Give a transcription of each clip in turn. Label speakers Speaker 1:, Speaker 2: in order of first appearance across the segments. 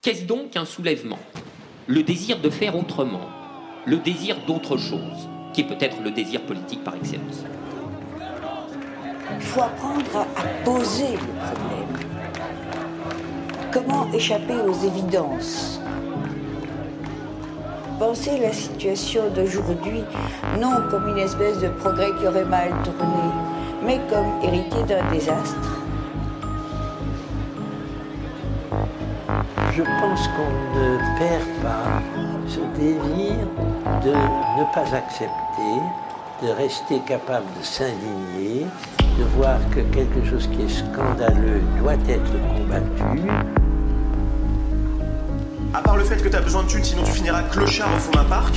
Speaker 1: Qu'est-ce donc qu'un soulèvement ? Le désir de faire autrement, le désir d'autre chose, qui est peut-être le désir politique par excellence.
Speaker 2: Il faut apprendre à poser le problème. Comment échapper aux évidences ? Penser la situation d'aujourd'hui non comme une espèce de progrès qui aurait mal tourné, mais comme hérité d'un désastre.
Speaker 3: Je pense qu'on ne perd pas ce désir de ne pas accepter, de rester capable de s'indigner, de voir que quelque chose qui est scandaleux doit être combattu.
Speaker 4: À part le fait que tu as besoin de thunes, sinon tu finiras clochard au fond d'un parc.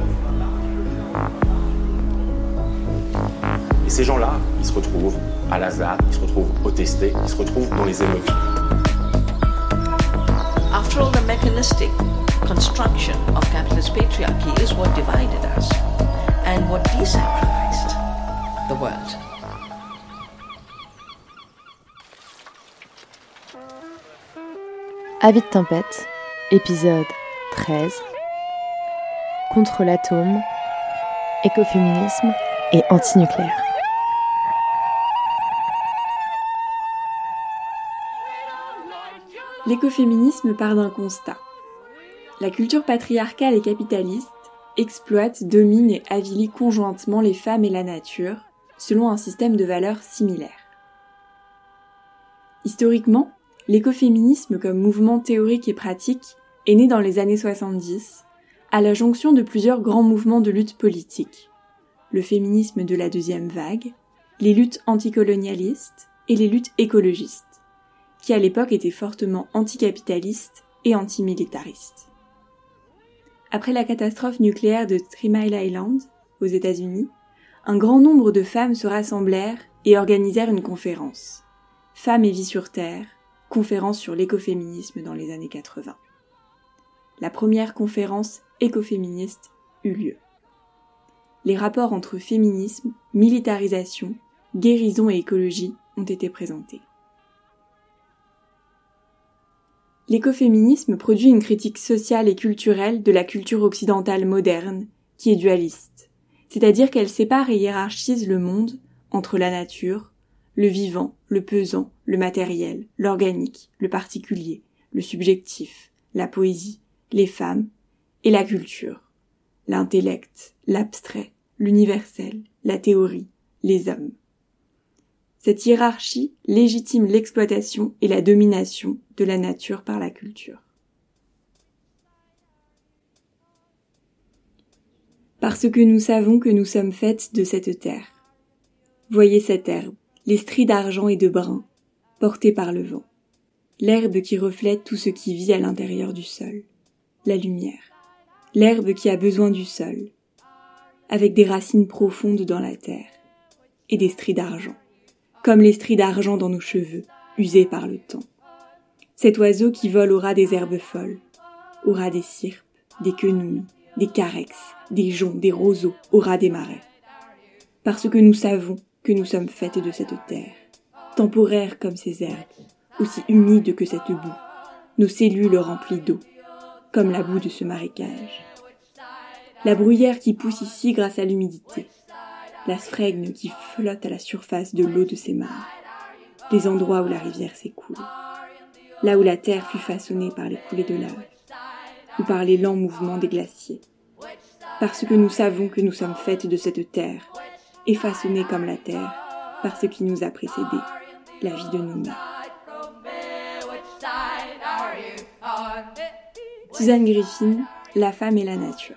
Speaker 5: Et ces gens-là, ils se retrouvent à la ZAD, ils se retrouvent au testé, ils se retrouvent dans les émeutes.
Speaker 6: After all, the mechanistic construction of capitalist patriarchy is what divided us and what decentralized the world.
Speaker 7: Avis de tempête, épisode 13. Contre l'atome, écoféminisme et antinucléaire.
Speaker 8: L'écoféminisme part d'un constat. La culture patriarcale et capitaliste exploite, domine et avilit conjointement les femmes et la nature, selon un système de valeurs similaires. Historiquement, l'écoféminisme comme mouvement théorique et pratique est né dans les années 70, à la jonction de plusieurs grands mouvements de lutte politique. Le féminisme de la deuxième vague, les luttes anticolonialistes et les luttes écologistes, qui à l'époque étaient fortement anticapitalistes et antimilitaristes. Après la catastrophe nucléaire de 3 Mile Island, aux États-Unis, un grand nombre de femmes se rassemblèrent et organisèrent une conférence. Femmes et vie sur Terre, conférence sur l'écoféminisme dans les années 80. La première conférence écoféministe eut lieu. Les rapports entre féminisme, militarisation, guérison et écologie ont été présentés. L'écoféminisme produit une critique sociale et culturelle de la culture occidentale moderne, qui est dualiste, c'est-à-dire qu'elle sépare et hiérarchise le monde entre la nature, le vivant, le pesant, le matériel, l'organique, le particulier, le subjectif, la poésie, les femmes, et la culture, l'intellect, l'abstrait, l'universel, la théorie, les hommes. Cette hiérarchie légitime l'exploitation et la domination de la nature par la culture. Parce que nous savons que nous sommes faites de cette terre. Voyez cette herbe, les stries d'argent et de brun, portées par le vent. L'herbe qui reflète tout ce qui vit à l'intérieur du sol. La lumière. L'herbe qui a besoin du sol, avec des racines profondes dans la terre, et des stries d'argent. Comme les stries d'argent dans nos cheveux, usés par le temps. Cet oiseau qui vole aura des herbes folles, aura des cirpes, des quenouilles, des carex, des joncs, des roseaux, aura des marais. Parce que nous savons que nous sommes faites de cette terre, temporaires comme ces herbes, aussi humides que cette boue, nos cellules remplies d'eau, comme la boue de ce marécage. La bruyère qui pousse ici grâce à l'humidité, la sphregne qui flotte à la surface de l'eau de ces mares, les endroits où la rivière s'écoule, là où la terre fut façonnée par les coulées de lave, ou par les lents mouvements des glaciers, parce que nous savons que nous sommes faites de cette terre, et façonnées comme la terre, par ce qui nous a précédé, la vie de nos mères. Suzanne Griffin, La femme et la nature.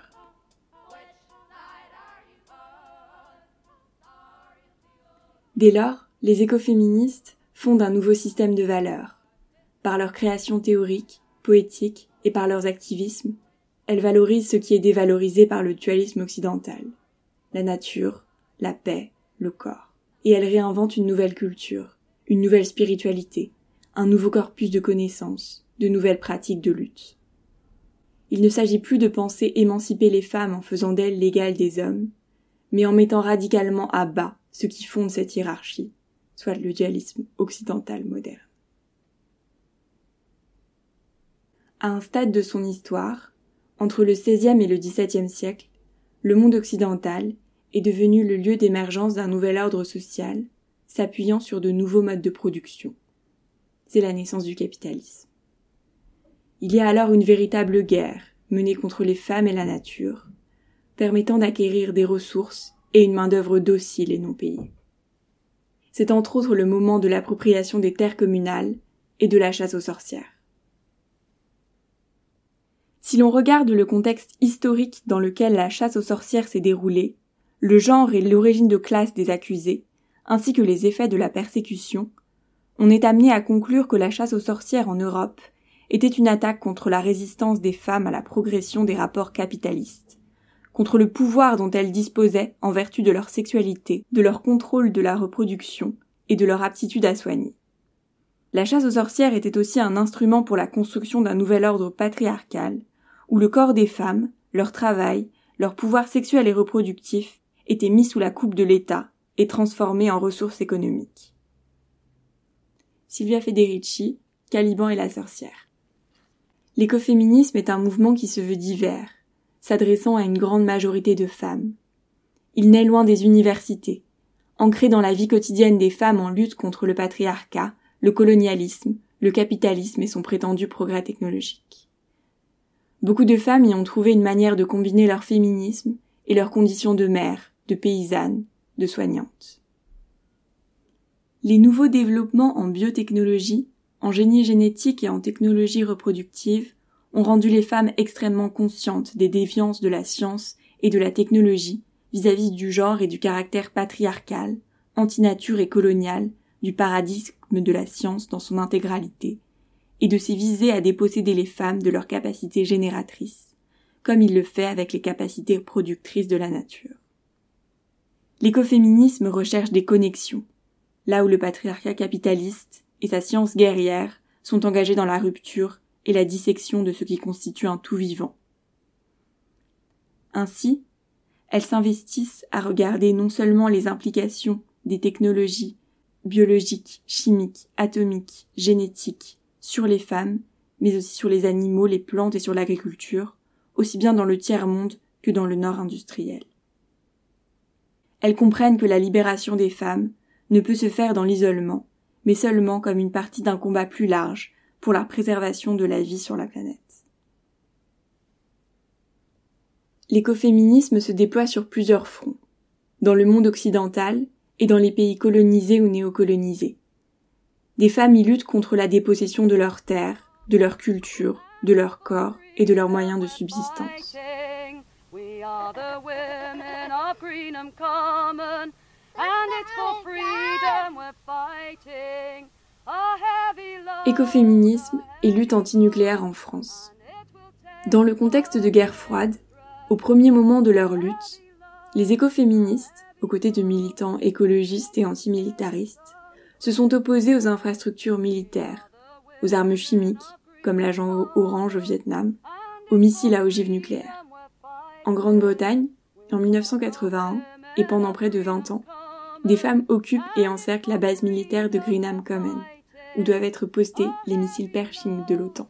Speaker 8: Dès lors, les écoféministes fondent un nouveau système de valeurs. Par leur création théorique, poétique et par leurs activismes, elles valorisent ce qui est dévalorisé par le dualisme occidental. La nature, la paix, le corps. Et elles réinventent une nouvelle culture, une nouvelle spiritualité, un nouveau corpus de connaissances, de nouvelles pratiques de lutte. Il ne s'agit plus de penser émanciper les femmes en faisant d'elles l'égal des hommes, mais en mettant radicalement à bas ce qui fonde cette hiérarchie, soit le dualisme occidental moderne. à un stade de son histoire, entre le XVIe et le XVIIe siècle, le monde occidental est devenu le lieu d'émergence d'un nouvel ordre social, s'appuyant sur de nouveaux modes de production. C'est la naissance du capitalisme. Il y a alors une véritable guerre menée contre les femmes et la nature, permettant d'acquérir des ressources et une main-d'œuvre docile et non payée. C'est entre autres le moment de l'appropriation des terres communales et de la chasse aux sorcières. Si l'on regarde le contexte historique dans lequel la chasse aux sorcières s'est déroulée, le genre et l'origine de classe des accusés, ainsi que les effets de la persécution, on est amené à conclure que la chasse aux sorcières en Europe était une attaque contre la résistance des femmes à la progression des rapports capitalistes, contre le pouvoir dont elles disposaient en vertu de leur sexualité, de leur contrôle de la reproduction et de leur aptitude à soigner. La chasse aux sorcières était aussi un instrument pour la construction d'un nouvel ordre patriarcal, où le corps des femmes, leur travail, leur pouvoir sexuel et reproductif étaient mis sous la coupe de l'État et transformés en ressources économiques. Silvia Federici, Caliban et la sorcière. L'écoféminisme est un mouvement qui se veut divers, s'adressant à une grande majorité de femmes. Il naît loin des universités, ancré dans la vie quotidienne des femmes en lutte contre le patriarcat, le colonialisme, le capitalisme et son prétendu progrès technologique. Beaucoup de femmes y ont trouvé une manière de combiner leur féminisme et leurs conditions de mères, de paysannes, de soignantes. Les nouveaux développements en biotechnologie, en génie génétique et en technologie reproductive ont rendu les femmes extrêmement conscientes des déviances de la science et de la technologie vis-à-vis du genre et du caractère patriarcal, antinature et colonial du paradigme de la science dans son intégralité, et de ses visées à déposséder les femmes de leurs capacités génératrices, comme il le fait avec les capacités productrices de la nature. L'écoféminisme recherche des connexions, là où le patriarcat capitaliste et sa science guerrière sont engagés dans la rupture et la dissection de ce qui constitue un tout vivant. Ainsi, elles s'investissent à regarder non seulement les implications des technologies biologiques, chimiques, atomiques, génétiques sur les femmes, mais aussi sur les animaux, les plantes et sur l'agriculture, aussi bien dans le tiers-monde que dans le nord industriel. Elles comprennent que la libération des femmes ne peut se faire dans l'isolement, mais seulement comme une partie d'un combat plus large pour la préservation de la vie sur la planète. L'écoféminisme se déploie sur plusieurs fronts, dans le monde occidental et dans les pays colonisés ou néocolonisés. Des femmes y luttent contre la dépossession de leurs terres, de leur culture, de leur corps et de leurs moyens de subsistance. Écoféminisme et lutte antinucléaire en France. Dans le contexte de guerre froide, au premier moment de leur lutte, les écoféministes, aux côtés de militants écologistes et antimilitaristes, se sont opposés aux infrastructures militaires, aux armes chimiques, comme l'agent orange au Vietnam, aux missiles à ogive nucléaire. En Grande-Bretagne, en 1981, et pendant près de 20 ans, des femmes occupent et encerclent la base militaire de Greenham Common, où doivent être postés les missiles Pershing de l'OTAN.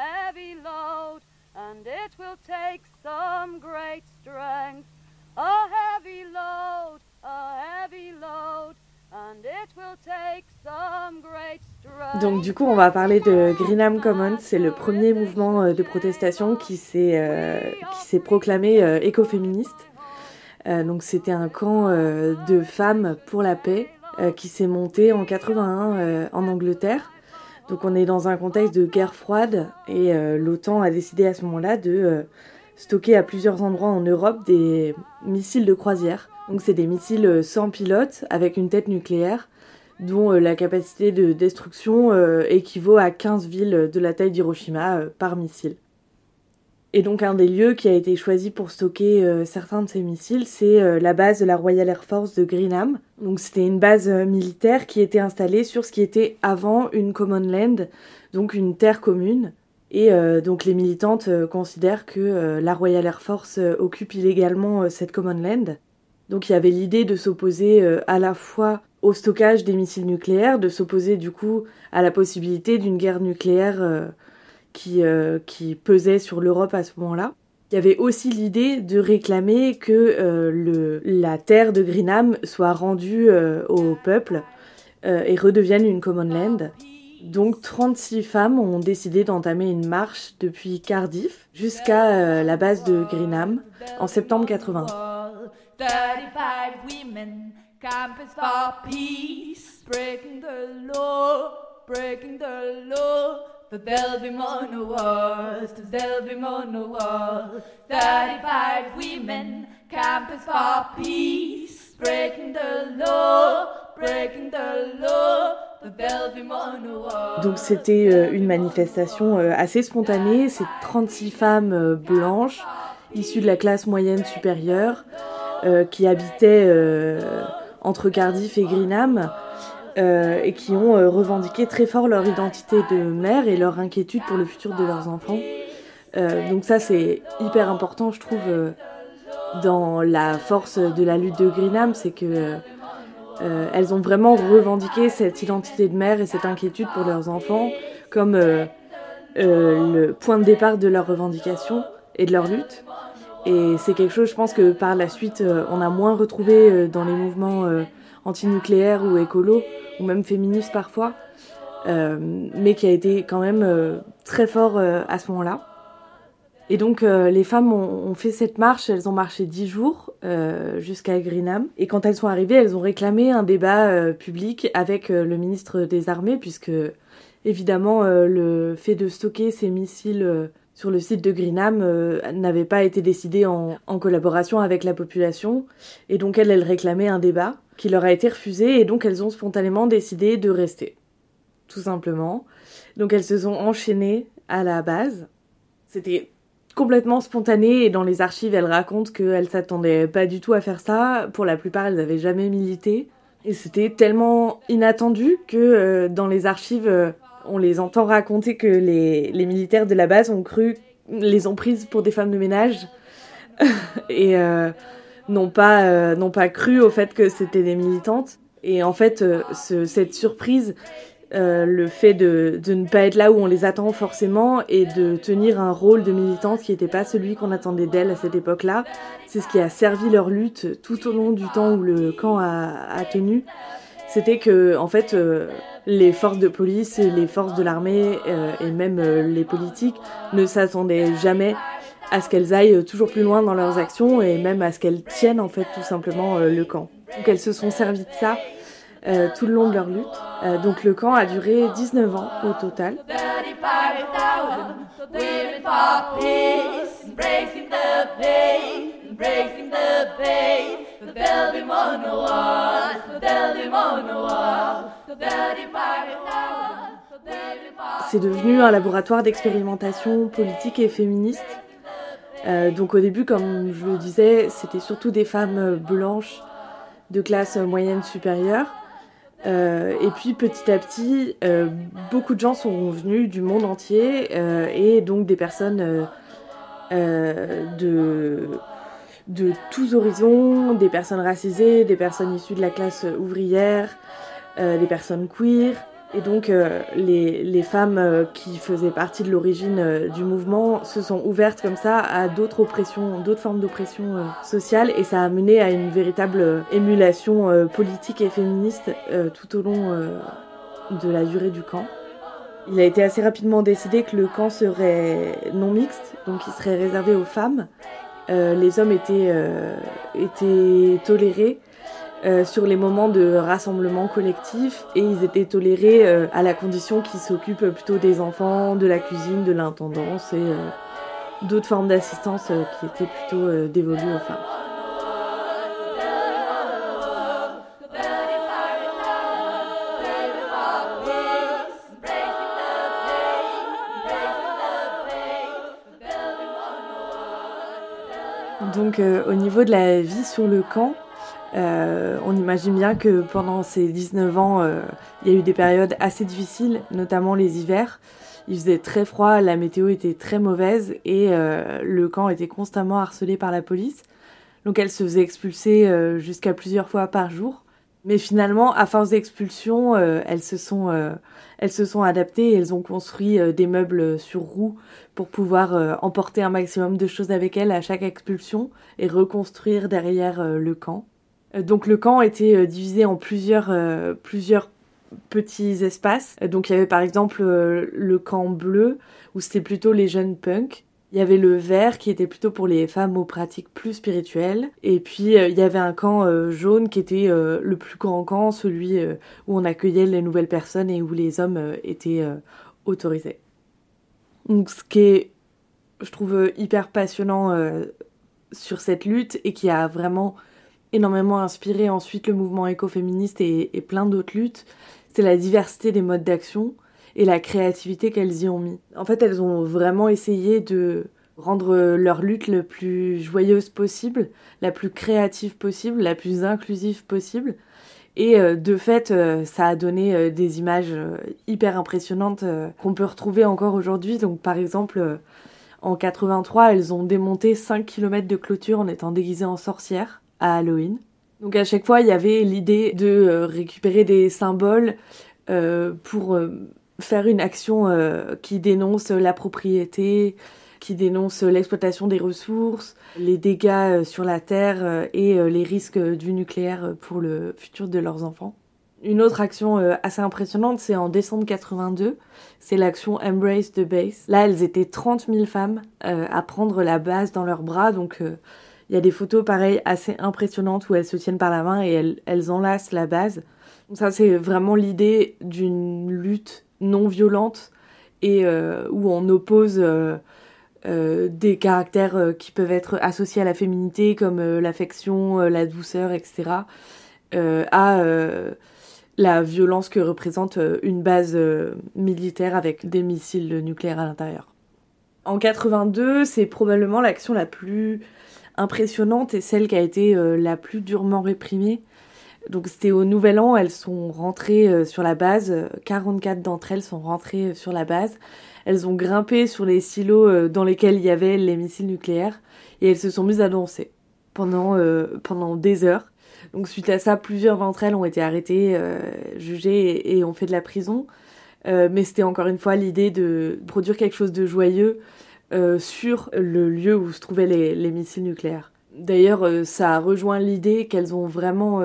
Speaker 9: Donc du coup, on va parler de Greenham Common. C'est le premier mouvement de protestation qui s'est proclamé écoféministe. Donc c'était un camp de femmes pour la paix qui s'est monté en 81 en Angleterre. Donc on est dans un contexte de guerre froide et l'OTAN a décidé à ce moment-là de stocker à plusieurs endroits en Europe des missiles de croisière. Donc c'est des missiles sans pilote avec une tête nucléaire dont la capacité de destruction équivaut à 15 villes de la taille d'Hiroshima par missile. Et donc un des lieux qui a été choisi pour stocker certains de ces missiles, c'est la base de la Royal Air Force de Greenham. Donc c'était une base militaire qui était installée sur ce qui était avant une common land, donc une terre commune. Et donc les militantes considèrent que la Royal Air Force occupe illégalement cette common land. Donc il y avait l'idée de s'opposer à la fois au stockage des missiles nucléaires, de s'opposer du coup à la possibilité d'une guerre nucléaire qui pesait sur l'Europe à ce moment-là. Il y avait aussi l'idée de réclamer que la terre de Greenham soit rendue au peuple et redevienne une common land. Donc 36 femmes ont décidé d'entamer une marche depuis Cardiff jusqu'à la base de Greenham en septembre 80.
Speaker 10: 35 women, campus for peace, breaking the law, but there'll be more no wars, there'll be more no wars. 35 women, campus for peace, breaking the law, but there'll be more no wars.
Speaker 9: Donc c'était une manifestation assez spontanée, c'est 36 femmes blanches, issues de la classe moyenne supérieure, qui habitaient entre Cardiff et Greenham et qui ont revendiqué très fort leur identité de mère et leur inquiétude pour le futur de leurs enfants. Donc ça c'est hyper important je trouve dans la force de la lutte de Greenham, c'est que elles ont vraiment revendiqué cette identité de mère et cette inquiétude pour leurs enfants comme le point de départ de leur revendication et de leur lutte. Et c'est quelque chose, je pense que par la suite, on a moins retrouvé dans les mouvements antinucléaires ou écolos, ou même féministes parfois, mais qui a été quand même très fort à ce moment-là. Et donc les femmes ont fait cette marche, elles ont marché 10 jours jusqu'à Greenham. Et quand elles sont arrivées, elles ont réclamé un débat public avec le ministre des Armées, puisque évidemment le fait de stocker ces missiles sur le site de Greenham n'avait pas été décidé en collaboration avec la population. Et donc elles réclamaient un débat qui leur a été refusé et donc elles ont spontanément décidé de rester, tout simplement. Donc elles se sont enchaînées à la base. C'était complètement spontané et dans les archives elles racontent qu'elles s'attendaient pas du tout à faire ça. Pour la plupart elles n'avaient jamais milité. Et c'était tellement inattendu que dans les archives... on les entend raconter que les militaires de la base les ont prises pour des femmes de ménage et n'ont pas cru au fait que c'était des militantes. Et en fait, cette surprise, le fait de ne pas être là où on les attend forcément et de tenir un rôle de militante qui n'était pas celui qu'on attendait d'elles à cette époque-là, c'est ce qui a servi leur lutte tout au long du temps où le camp a tenu. C'était que, en fait, les forces de police, les forces de l'armée et même les politiques ne s'attendaient jamais à ce qu'elles aillent toujours plus loin dans leurs actions et même à ce qu'elles tiennent, en fait, tout simplement le camp. Donc elles se sont servies de ça tout le long de leur lutte. Donc le camp a duré 19 ans au total. C'est devenu un laboratoire d'expérimentation politique et féministe. Donc au début, comme je le disais, c'était surtout des femmes blanches de classe moyenne supérieure. Et puis petit à petit, beaucoup de gens sont venus du monde entier et donc des personnes de tous horizons, des personnes racisées, des personnes issues de la classe ouvrière, des personnes queer. Et donc les femmes qui faisaient partie de l'origine du mouvement se sont ouvertes comme ça à d'autres formes d'oppression sociale, et ça a mené à une véritable émulation politique et féministe tout au long de la durée du camp. Il a été assez rapidement décidé que le camp serait non mixte, donc il serait réservé aux femmes. Les hommes étaient tolérés sur les moments de rassemblement collectif, et ils étaient tolérés à la condition qu'ils s'occupent plutôt des enfants, de la cuisine, de l'intendance et d'autres formes d'assistance qui étaient plutôt dévolues aux femmes. Donc au niveau de la vie sur le camp, on imagine bien que pendant ces 19 ans, il y a eu des périodes assez difficiles, notamment les hivers. Il faisait très froid, la météo était très mauvaise et le camp était constamment harcelé par la police. Donc elle se faisait expulser jusqu'à plusieurs fois par jour. Mais finalement, à force d'expulsion, elles se sont adaptées et elles ont construit des meubles sur roues pour pouvoir emporter un maximum de choses avec elles à chaque expulsion et reconstruire derrière le camp. Donc le camp était divisé en plusieurs petits espaces. Donc il y avait par exemple le camp bleu où c'était plutôt les jeunes punks. Il y avait le vert qui était plutôt pour les femmes aux pratiques plus spirituelles. Et puis il y avait un camp jaune qui était le plus grand camp, celui où on accueillait les nouvelles personnes et où les hommes étaient autorisés. Donc ce qui est, je trouve, hyper passionnant sur cette lutte et qui a vraiment énormément inspiré ensuite le mouvement écoféministe et plein d'autres luttes, c'est la diversité des modes d'action et la créativité qu'elles y ont mis. En fait, elles ont vraiment essayé de rendre leur lutte la plus joyeuse possible, la plus créative possible, la plus inclusive possible. Et de fait, ça a donné des images hyper impressionnantes qu'on peut retrouver encore aujourd'hui. Donc par exemple, en 83, elles ont démonté 5 km de clôture en étant déguisées en sorcières à Halloween. Donc à chaque fois, il y avait l'idée de récupérer des symboles pour faire une action qui dénonce la propriété, qui dénonce l'exploitation des ressources, les dégâts sur la terre et les risques du nucléaire pour le futur de leurs enfants. Une autre action assez impressionnante, c'est en décembre 82, c'est l'action Embrace the Base. Là, elles étaient 30 000 femmes à prendre la base dans leurs bras, donc il y a des photos pareilles assez impressionnantes où elles se tiennent par la main et elles enlacent la base. Donc ça, c'est vraiment l'idée d'une lutte non violente et où on oppose des caractères qui peuvent être associés à la féminité comme l'affection, la douceur, etc. À la violence que représente une base militaire avec des missiles nucléaires à l'intérieur. En 82, c'est probablement l'action la plus impressionnante et celle qui a été la plus durement réprimée. Donc c'était au Nouvel An, elles sont rentrées sur la base, 44 d'entre elles sont rentrées sur la base. Elles ont grimpé sur les silos dans lesquels il y avait les missiles nucléaires et elles se sont mises à danser pendant des heures. Donc suite à ça, plusieurs d'entre elles ont été arrêtées, jugées et ont fait de la prison. Mais c'était encore une fois l'idée de produire quelque chose de joyeux sur le lieu où se trouvaient les missiles nucléaires. D'ailleurs, ça a rejoint l'idée qu'elles ont vraiment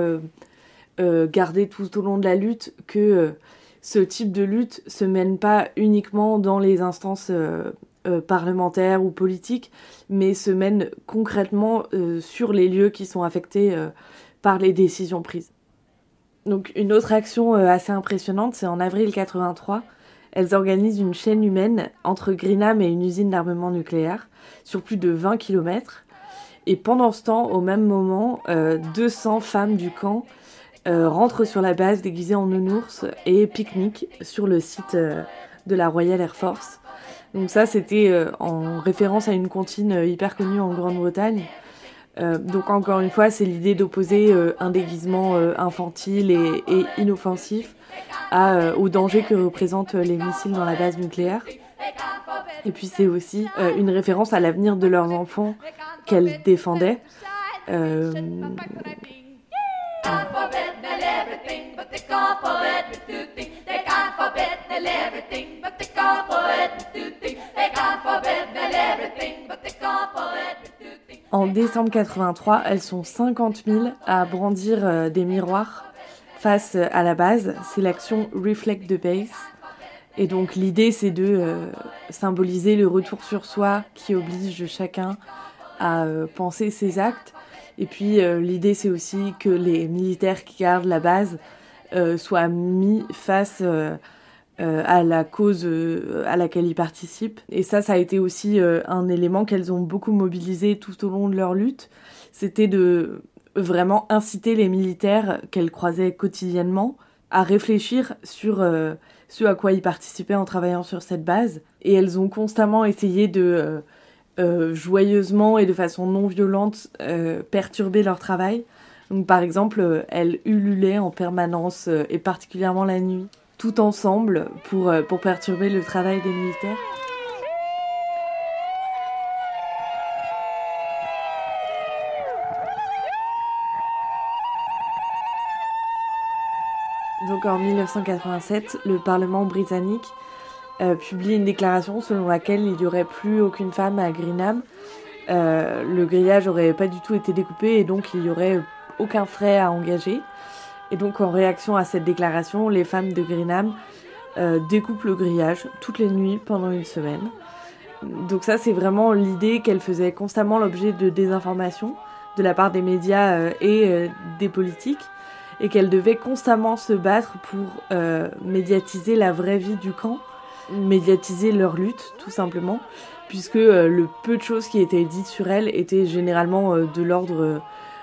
Speaker 9: gardé tout au long de la lutte que ce type de lutte se mène pas uniquement dans les instances parlementaires ou politiques, mais se mène concrètement sur les lieux qui sont affectés par les décisions prises. Donc une autre action assez impressionnante, c'est en avril 83, elles organisent une chaîne humaine entre Greenham et une usine d'armement nucléaire sur plus de 20 km. Et pendant ce temps, au même moment, 200 femmes du camp rentrent sur la base déguisées en nounours et pique-niquent sur le site de la Royal Air Force. Donc ça, c'était en référence à une comptine hyper connue en Grande-Bretagne. Donc encore une fois, c'est l'idée d'opposer un déguisement infantile et inoffensif au danger que représentent les missiles dans la base nucléaire. Et puis c'est aussi une référence à l'avenir de leurs enfants qu'elles défendaient. En décembre 83, elles sont 50 000 à brandir des miroirs face à la base. C'est l'action Reflect the Base. Et donc l'idée, c'est de symboliser le retour sur soi qui oblige chacun à penser ses actes. Et puis l'idée, c'est aussi que les militaires qui gardent la base soient mis face à la cause à laquelle ils participent. Et ça a été aussi un élément qu'elles ont beaucoup mobilisé tout au long de leur lutte. C'était de vraiment inciter les militaires qu'elles croisaient quotidiennement à réfléchir sur ce à quoi ils participaient en travaillant sur cette base. Et elles ont constamment essayé de joyeusement et de façon non violente perturber leur travail. Donc par exemple, elles ululaient en permanence et particulièrement la nuit, tout ensemble pour perturber le travail des militaires. Donc en 1987, le Parlement britannique publie une déclaration selon laquelle il n'y aurait plus aucune femme à Greenham. Le grillage n'aurait pas du tout été découpé et donc il n'y aurait aucun frais à engager. Et donc en réaction à cette déclaration, les femmes de Greenham découpent le grillage toutes les nuits pendant une semaine. Donc ça, c'est vraiment l'idée qu'elle faisait constamment l'objet de désinformation de la part des médias et des politiques, et qu'elle devait constamment se battre pour médiatiser la vraie vie du camp, médiatiser leur lutte, tout simplement, puisque le peu de choses qui étaient dites sur elle étaient généralement de l'ordre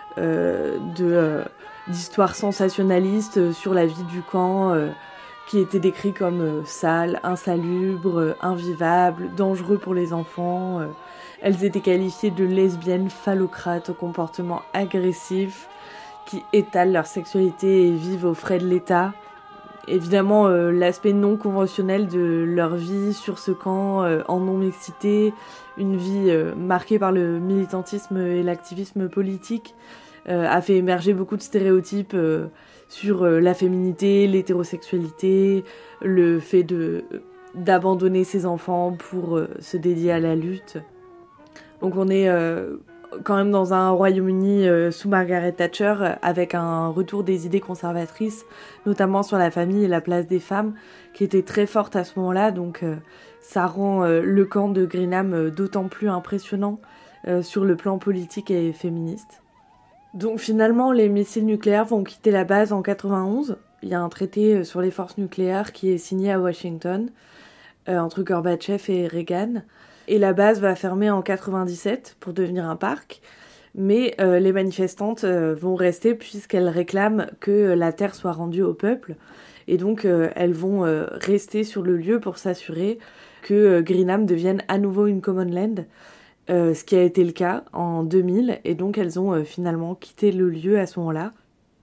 Speaker 9: d'histoires sensationnalistes sur la vie du camp, qui étaient décrits comme sales, insalubres, invivables, dangereux pour les enfants. Elles étaient qualifiées de lesbiennes phallocrates au comportement agressif, qui étalent leur sexualité et vivent aux frais de l'État. Évidemment, l'aspect non conventionnel de leur vie sur ce camp, en non-mixité, une vie marquée par le militantisme et l'activisme politique, a fait émerger beaucoup de stéréotypes sur la féminité, l'hétérosexualité, le fait d'abandonner ses enfants pour se dédier à la lutte. Donc on est quand même dans un Royaume-Uni sous Margaret Thatcher, avec un retour des idées conservatrices, notamment sur la famille et la place des femmes, qui était très forte à ce moment-là. Donc ça rend le camp de Greenham d'autant plus impressionnant sur le plan politique et féministe. Donc finalement, les missiles nucléaires vont quitter la base en 91. Il y a un traité sur les forces nucléaires qui est signé à Washington entre Gorbatchev et Reagan. Et la base va fermer en 97 pour devenir un parc. Mais les manifestantes vont rester puisqu'elles réclament que la terre soit rendue au peuple. Et donc elles vont rester sur le lieu pour s'assurer que Greenham devienne à nouveau une common land. Ce qui a été le cas en 2000, et donc elles ont finalement quitté le lieu à ce moment-là.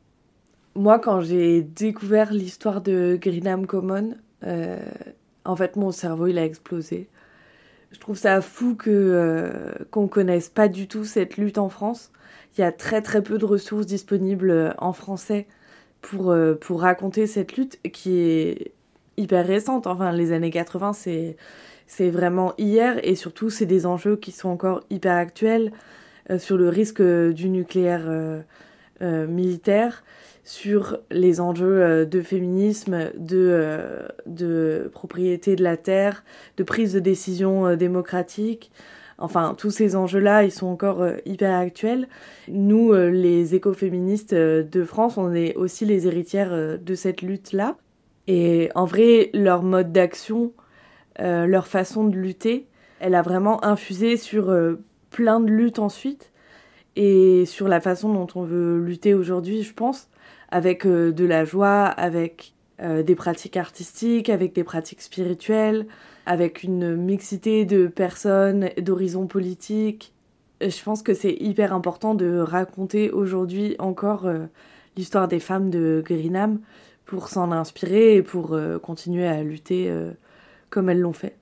Speaker 9: Moi, quand j'ai découvert l'histoire de Greenham Common, en fait, mon cerveau, il a explosé. Je trouve ça fou qu'on connaisse pas du tout cette lutte en France. Il y a très très peu de ressources disponibles en français pour raconter cette lutte qui est hyper récente. Enfin, les années 80, c'est vraiment hier, et surtout c'est des enjeux qui sont encore hyper actuels sur le risque du nucléaire militaire, sur les enjeux de féminisme, de propriété de la terre, de prise de décision démocratique. Enfin, tous ces enjeux-là, ils sont encore hyper actuels. Nous, les écoféministes de France, on est aussi les héritières de cette lutte-là. Et en vrai, leur mode d'action, leur façon de lutter, elle a vraiment infusé sur plein de luttes ensuite, et sur la façon dont on veut lutter aujourd'hui, je pense, avec de la joie, avec des pratiques artistiques, avec des pratiques spirituelles, avec une mixité de personnes, d'horizons politiques. Je pense que c'est hyper important de raconter aujourd'hui encore l'histoire des femmes de Greenham pour s'en inspirer et pour continuer à lutter comme elles l'ont fait.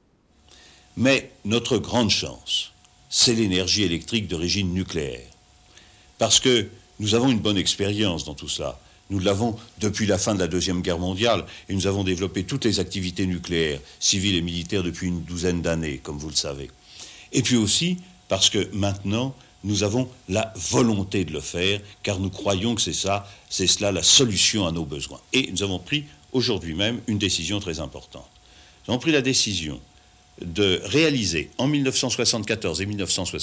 Speaker 11: Mais notre grande chance, c'est l'énergie électrique d'origine nucléaire. Parce que nous avons une bonne expérience dans tout cela. Nous l'avons depuis la fin de la Deuxième Guerre mondiale, et nous avons développé toutes les activités nucléaires, civiles et militaires, depuis une douzaine d'années, comme vous le savez. Et puis aussi parce que maintenant, nous avons la volonté de le faire, car nous croyons que c'est cela la solution à nos besoins. Et nous avons pris aujourd'hui même une décision très importante. Nous avons pris la décision de réaliser en 1974 et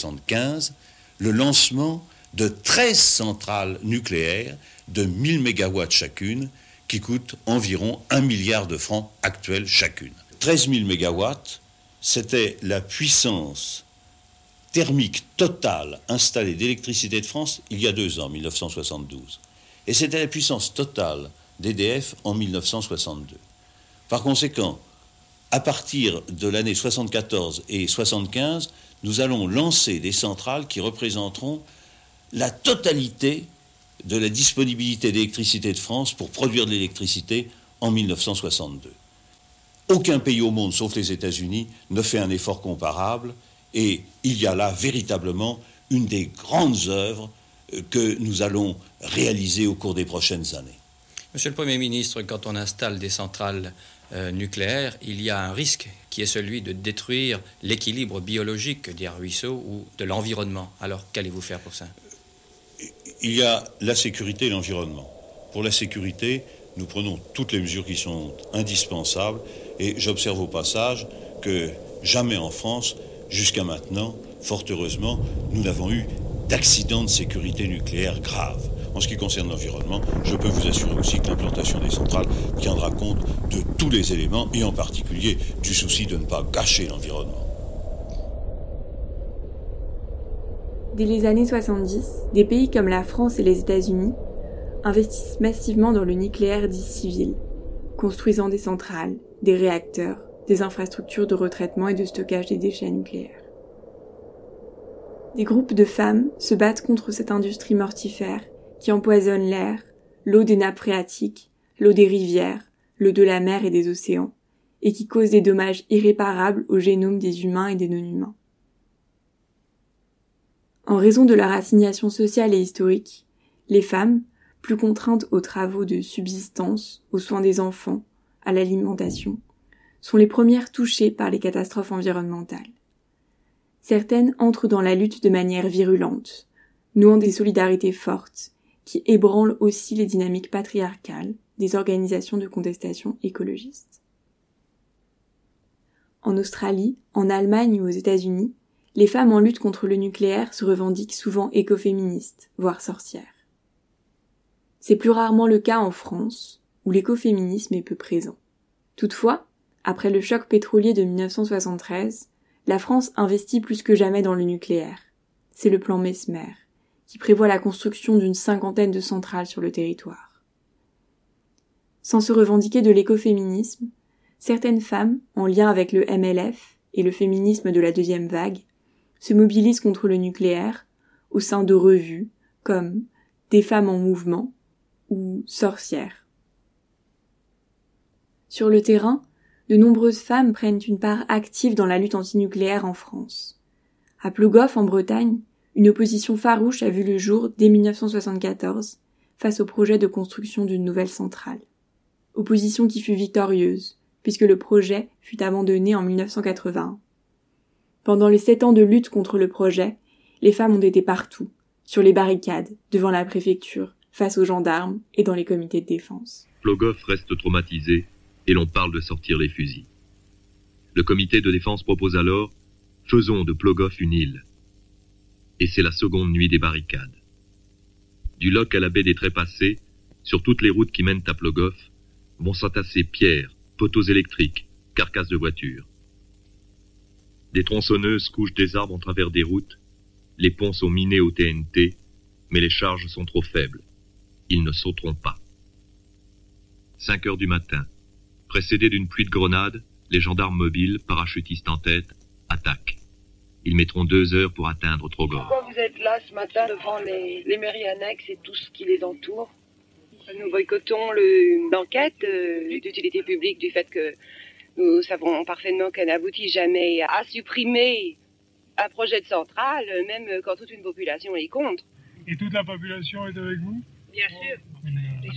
Speaker 11: 1975 le lancement de 13 centrales nucléaires de 1000 mégawatts chacune, qui coûtent environ 1 milliard de francs actuels chacune. 13 000 mégawatts, c'était la puissance thermique totale installée d'électricité de France il y a 2 ans, 1972. Et c'était la puissance totale d'EDF en 1962. Par conséquent, à partir de l'année 74 et 75, nous allons lancer des centrales qui représenteront la totalité de la disponibilité d'électricité de France pour produire de l'électricité en 1962. Aucun pays au monde, sauf les États-Unis, ne fait un effort comparable, et il y a là véritablement une des grandes œuvres que nous allons réaliser au cours des prochaines années.
Speaker 12: Monsieur le Premier ministre, quand on installe des centrales nucléaires, il y a un risque qui est celui de détruire l'équilibre biologique des ruisseaux ou de l'environnement. Alors, qu'allez-vous faire pour ça ?
Speaker 11: Il y a la sécurité et l'environnement. Pour la sécurité, nous prenons toutes les mesures qui sont indispensables et j'observe au passage que jamais en France, jusqu'à maintenant, fort heureusement, nous n'avons eu d'accident de sécurité nucléaire grave. En ce qui concerne l'environnement, je peux vous assurer aussi que l'implantation des centrales tiendra compte de tous les éléments et en particulier du souci de ne pas gâcher l'environnement.
Speaker 8: Dès les années 70, des pays comme la France et les États-Unis investissent massivement dans le nucléaire dit civil, construisant des centrales, des réacteurs, des infrastructures de retraitement et de stockage des déchets nucléaires. Des groupes de femmes se battent contre cette industrie mortifère qui empoisonne l'air, l'eau des nappes phréatiques, l'eau des rivières, l'eau de la mer et des océans, et qui cause des dommages irréparables au génome des humains et des non-humains. En raison de leur assignation sociale et historique, les femmes, plus contraintes aux travaux de subsistance, aux soins des enfants, à l'alimentation, sont les premières touchées par les catastrophes environnementales. Certaines entrent dans la lutte de manière virulente, nouant des solidarités fortes, qui ébranlent aussi les dynamiques patriarcales des organisations de contestation écologistes. En Australie, en Allemagne ou aux États-Unis, les femmes en lutte contre le nucléaire se revendiquent souvent écoféministes, voire sorcières. C'est plus rarement le cas en France, où l'écoféminisme est peu présent. Toutefois, après le choc pétrolier de 1973, la France investit plus que jamais dans le nucléaire. C'est le plan Messmer, qui prévoit la construction d'une 50aine de centrales sur le territoire. Sans se revendiquer de l'écoféminisme, certaines femmes, en lien avec le MLF et le féminisme de la deuxième vague, se mobilisent contre le nucléaire au sein de revues comme Des femmes en mouvement ou Sorcières. Sur le terrain, de nombreuses femmes prennent une part active dans la lutte antinucléaire en France. À Plogoff, en Bretagne, une opposition farouche a vu le jour dès 1974 face au projet de construction d'une nouvelle centrale. Opposition qui fut victorieuse, puisque le projet fut abandonné en 1981. Pendant les 7 ans de lutte contre le projet, les femmes ont été partout, sur les barricades, devant la préfecture, face aux gendarmes et dans les comités de défense.
Speaker 13: Plogoff reste traumatisé et l'on parle de sortir les fusils. Le comité de défense propose alors « Faisons de Plogoff une île ». Et c'est la seconde nuit des barricades. Du loch à la baie des Trépassés, sur toutes les routes qui mènent à Plogoff, vont s'entasser pierres, poteaux électriques, carcasses de voitures. Des tronçonneuses couchent des arbres en travers des routes, les ponts sont minés au TNT, mais les charges sont trop faibles. Ils ne sauteront pas. 5 heures du matin. Précédés d'une pluie de grenades, les gendarmes mobiles, parachutistes en tête, attaquent. Ils mettront 2 heures pour atteindre Trogor.
Speaker 14: Pourquoi vous êtes là ce matin devant les mairies annexes et tout ce qui les entoure? Nous boycottons l'enquête d'utilité publique du fait que nous savons parfaitement qu'elle n'aboutit jamais à supprimer un projet de centrale, même quand toute une population est contre.
Speaker 15: Et toute la population est avec vous?
Speaker 14: Bien sûr.
Speaker 15: Plus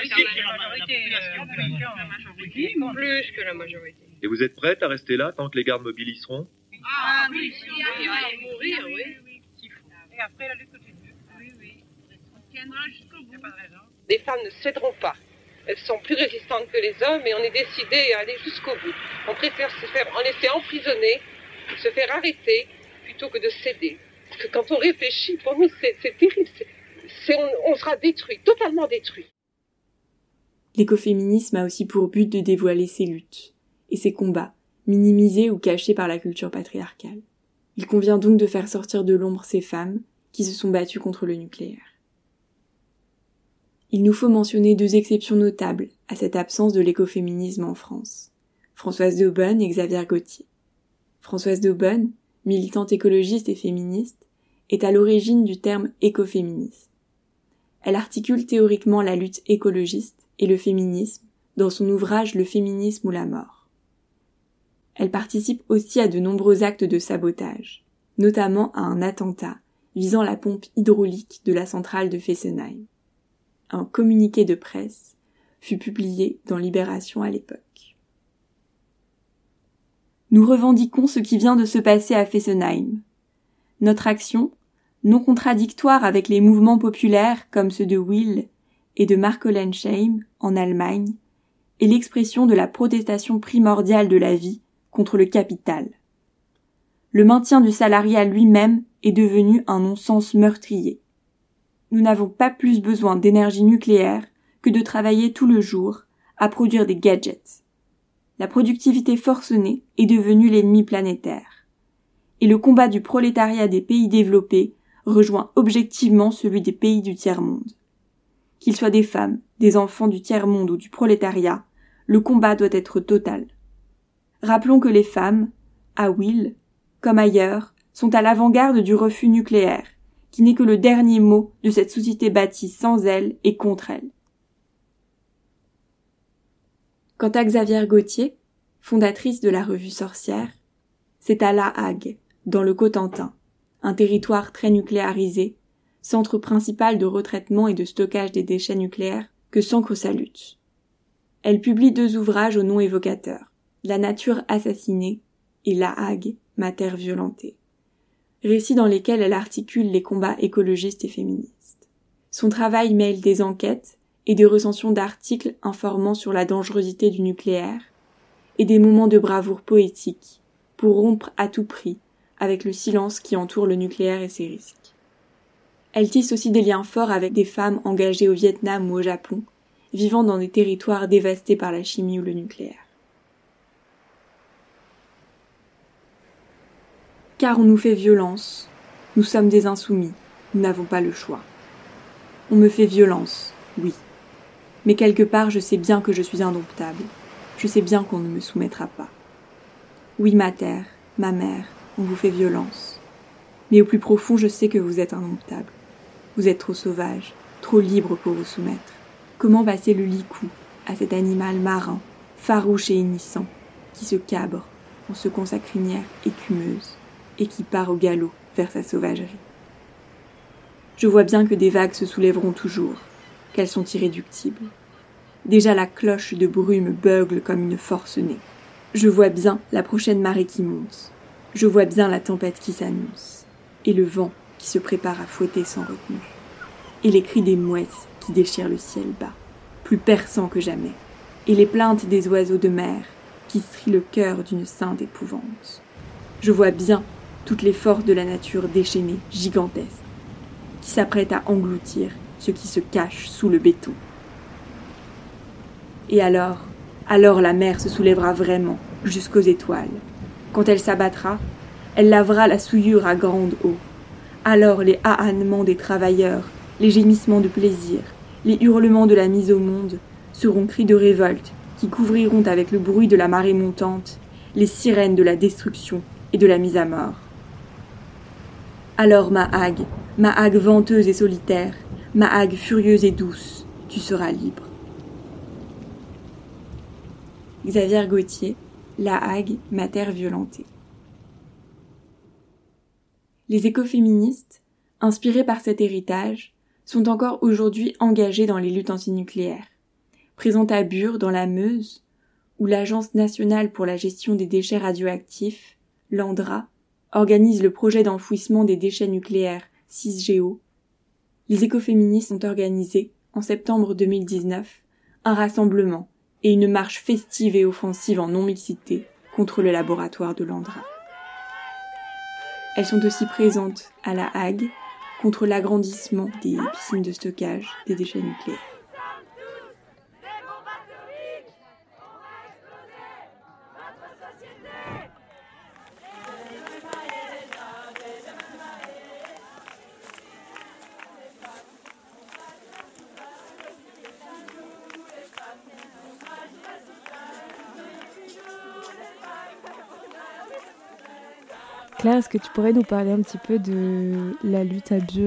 Speaker 14: que la majorité.
Speaker 13: Et vous êtes prête à rester là tant que les gardes mobiles y seront?
Speaker 14: Ah oui, mourir, oui.
Speaker 15: Et après la lutte continue. Oui. On tiendra jusqu'au bout. Il n'y a pas de raison.
Speaker 14: Les femmes ne céderont pas. Elles sont plus résistantes que les hommes et on est décidé à aller jusqu'au bout. On préfère se faire en effet emprisonner, se faire arrêter, plutôt que de céder. Parce que quand on réfléchit, pour nous, c'est terrible. On sera détruit, totalement détruit.
Speaker 8: L'écoféminisme a aussi pour but de dévoiler ses luttes et ses combats, minimisés ou cachés par la culture patriarcale. Il convient donc de faire sortir de l'ombre ces femmes qui se sont battues contre le nucléaire. Il nous faut mentionner 2 exceptions notables à cette absence de l'écoféminisme en France. Françoise d'Aubonne et Xavier Gauthier. Françoise d'Aubonne, militante écologiste et féministe, est à l'origine du terme écoféminisme. Elle articule théoriquement la lutte écologiste et le féminisme dans son ouvrage Le féminisme ou la mort. Elle participe aussi à de nombreux actes de sabotage, notamment à un attentat visant la pompe hydraulique de la centrale de Fessenheim. Un communiqué de presse fut publié dans Libération à l'époque. Nous revendiquons ce qui vient de se passer à Fessenheim. Notre action, non contradictoire avec les mouvements populaires comme ceux de Will et de Markolensheim en Allemagne, est l'expression de la protestation primordiale de la vie contre le capital. Le maintien du salariat lui-même est devenu un non-sens meurtrier. Nous n'avons pas plus besoin d'énergie nucléaire que de travailler tout le jour à produire des gadgets. La productivité forcenée est devenue l'ennemi planétaire. Et le combat du prolétariat des pays développés rejoint objectivement celui des pays du tiers-monde. Qu'ils soient des femmes, des enfants du tiers-monde ou du prolétariat, le combat doit être total. Rappelons que les femmes, à Will, comme ailleurs, sont à l'avant-garde du refus nucléaire, qui n'est que le dernier mot de cette société bâtie sans elle et contre elle. Quant à Xavière Gauthier, fondatrice de la revue Sorcière, c'est à La Hague, dans le Cotentin, un territoire très nucléarisé, centre principal de retraitement et de stockage des déchets nucléaires, que s'ancre sa lutte. Elle publie 2 ouvrages au nom évocateur, La nature assassinée et La Hague, ma terre violentée, récits dans lesquels elle articule les combats écologistes et féministes. Son travail mêle des enquêtes et des recensions d'articles informant sur la dangerosité du nucléaire et des moments de bravoure poétique pour rompre à tout prix avec le silence qui entoure le nucléaire et ses risques. Elle tisse aussi des liens forts avec des femmes engagées au Vietnam ou au Japon, vivant dans des territoires dévastés par la chimie ou le nucléaire. Car on nous fait violence, nous sommes des insoumis, nous n'avons pas le choix. On me fait violence, oui. Mais quelque part je sais bien que je suis indomptable, je sais bien qu'on ne me soumettra pas. Oui ma terre, ma mère, on vous fait violence. Mais au plus profond je sais que vous êtes indomptable. Vous êtes trop sauvage, trop libre pour vous soumettre. Comment passer le licou à cet animal marin, farouche et hennissant, qui se cabre en secouant sa crinière écumeuse et qui part au galop vers sa sauvagerie. Je vois bien que des vagues se soulèveront toujours, qu'elles sont irréductibles. Déjà la cloche de brume beugle comme une forcenée. Je vois bien la prochaine marée qui monte. Je vois bien la tempête qui s'annonce. Et le vent qui se prépare à fouetter sans retenue. Et les cris des mouettes qui déchirent le ciel bas, plus perçants que jamais. Et les plaintes des oiseaux de mer qui strient le cœur d'une sainte épouvante. Je vois bien toutes les forces de la nature déchaînée, gigantesques, qui s'apprêtent à engloutir ce qui se cache sous le béton. Et alors la mer se soulèvera vraiment jusqu'aux étoiles. Quand elle s'abattra, elle lavera la souillure à grande eau. Alors les ahannements des travailleurs, les gémissements de plaisir, les hurlements de la mise au monde seront cris de révolte qui couvriront avec le bruit de la marée montante les sirènes de la destruction et de la mise à mort. Alors ma hague venteuse et solitaire, ma hague furieuse et douce, tu seras libre. Xavière Gauthier, La Hague, ma terre violentée. Les écoféministes, inspirés par cet héritage, sont encore aujourd'hui engagés dans les luttes antinucléaires. Présentes à Bure, dans la Meuse, où l'Agence nationale pour la gestion des déchets radioactifs, l'ANDRA, organise le projet d'enfouissement des déchets nucléaires 6GO, les écoféministes ont organisé, en septembre 2019, un rassemblement et une marche festive et offensive en non-mixité contre le laboratoire de l'ANDRA. Elles sont aussi présentes à La Hague contre l'agrandissement des piscines de stockage des déchets nucléaires.
Speaker 7: Claire, est-ce que tu pourrais nous parler un petit peu de la lutte à Bure ?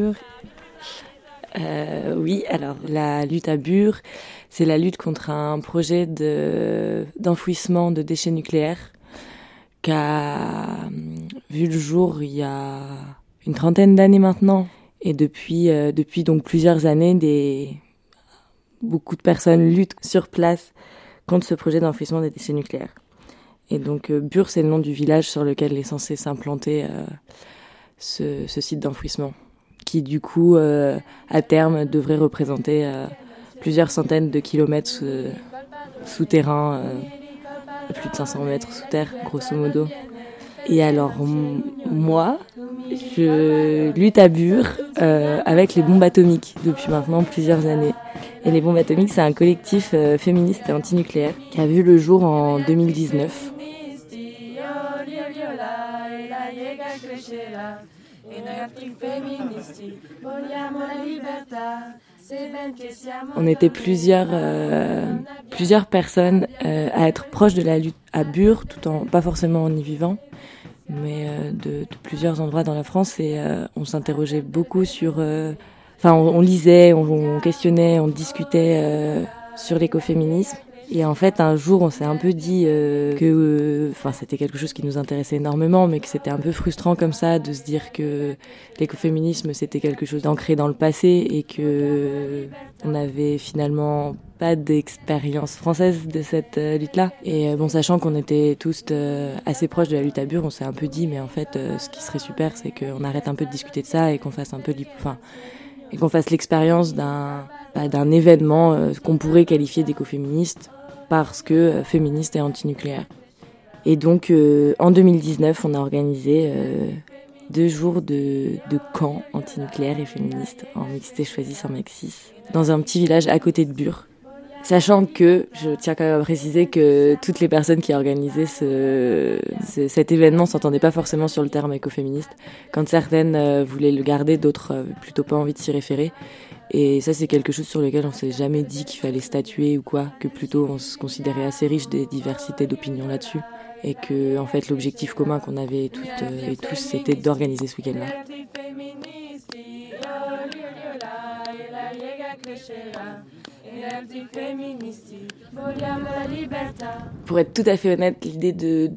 Speaker 16: Oui, alors la lutte à Bure, c'est la lutte contre un projet d'enfouissement de déchets nucléaires qui a vu le jour il y a une trentaine d'années maintenant. Et depuis donc plusieurs années, beaucoup de personnes luttent sur place contre ce projet d'enfouissement des déchets nucléaires. Et donc Bure, c'est le nom du village sur lequel est censé s'implanter ce site d'enfouissement, qui du coup, à terme, devrait représenter plusieurs centaines de kilomètres souterrains, plus de 500 mètres sous terre, grosso modo. Et alors, moi, je lutte à Bure avec les bombes atomiques depuis maintenant plusieurs années. Et les bombes atomiques, c'est un collectif féministe et antinucléaire qui a vu le jour en 2019. On était plusieurs personnes à être proches de la lutte à Bure, tout en pas forcément en y vivant, mais de plusieurs endroits dans la France, et on s'interrogeait beaucoup sur... on lisait, on questionnait, on discutait sur l'écoféminisme. Et en fait, un jour, on s'est un peu dit que c'était quelque chose qui nous intéressait énormément, mais que c'était un peu frustrant comme ça de se dire que l'écoféminisme, c'était quelque chose d'ancré dans le passé et que on n'avait finalement pas d'expérience française de cette lutte-là. Et sachant qu'on était tous assez proches de la lutte à Bure, on s'est un peu dit, mais en fait, ce qui serait super, c'est qu'on arrête un peu de discuter de ça et qu'on fasse un peu et qu'on fasse l'expérience d'un événement qu'on pourrait qualifier d'écoféministe parce que féministe et antinucléaire. Et donc, en 2019, on a organisé 2 jours de camp antinucléaire et féministe en mixité choisie Saint-Maxis, dans un petit village à côté de Bure. Sachant que, je tiens quand même à préciser que toutes les personnes qui organisaient cet événement s'entendaient pas forcément sur le terme écoféministe. Quand certaines voulaient le garder, d'autres plutôt pas envie de s'y référer. Et ça, c'est quelque chose sur lequel on s'est jamais dit qu'il fallait statuer ou quoi, que plutôt on se considérait assez riche des diversités d'opinions là-dessus. Et que, en fait, l'objectif commun qu'on avait toutes et tous, c'était d'organiser ce week-end-là. Pour être tout à fait honnête, l'idée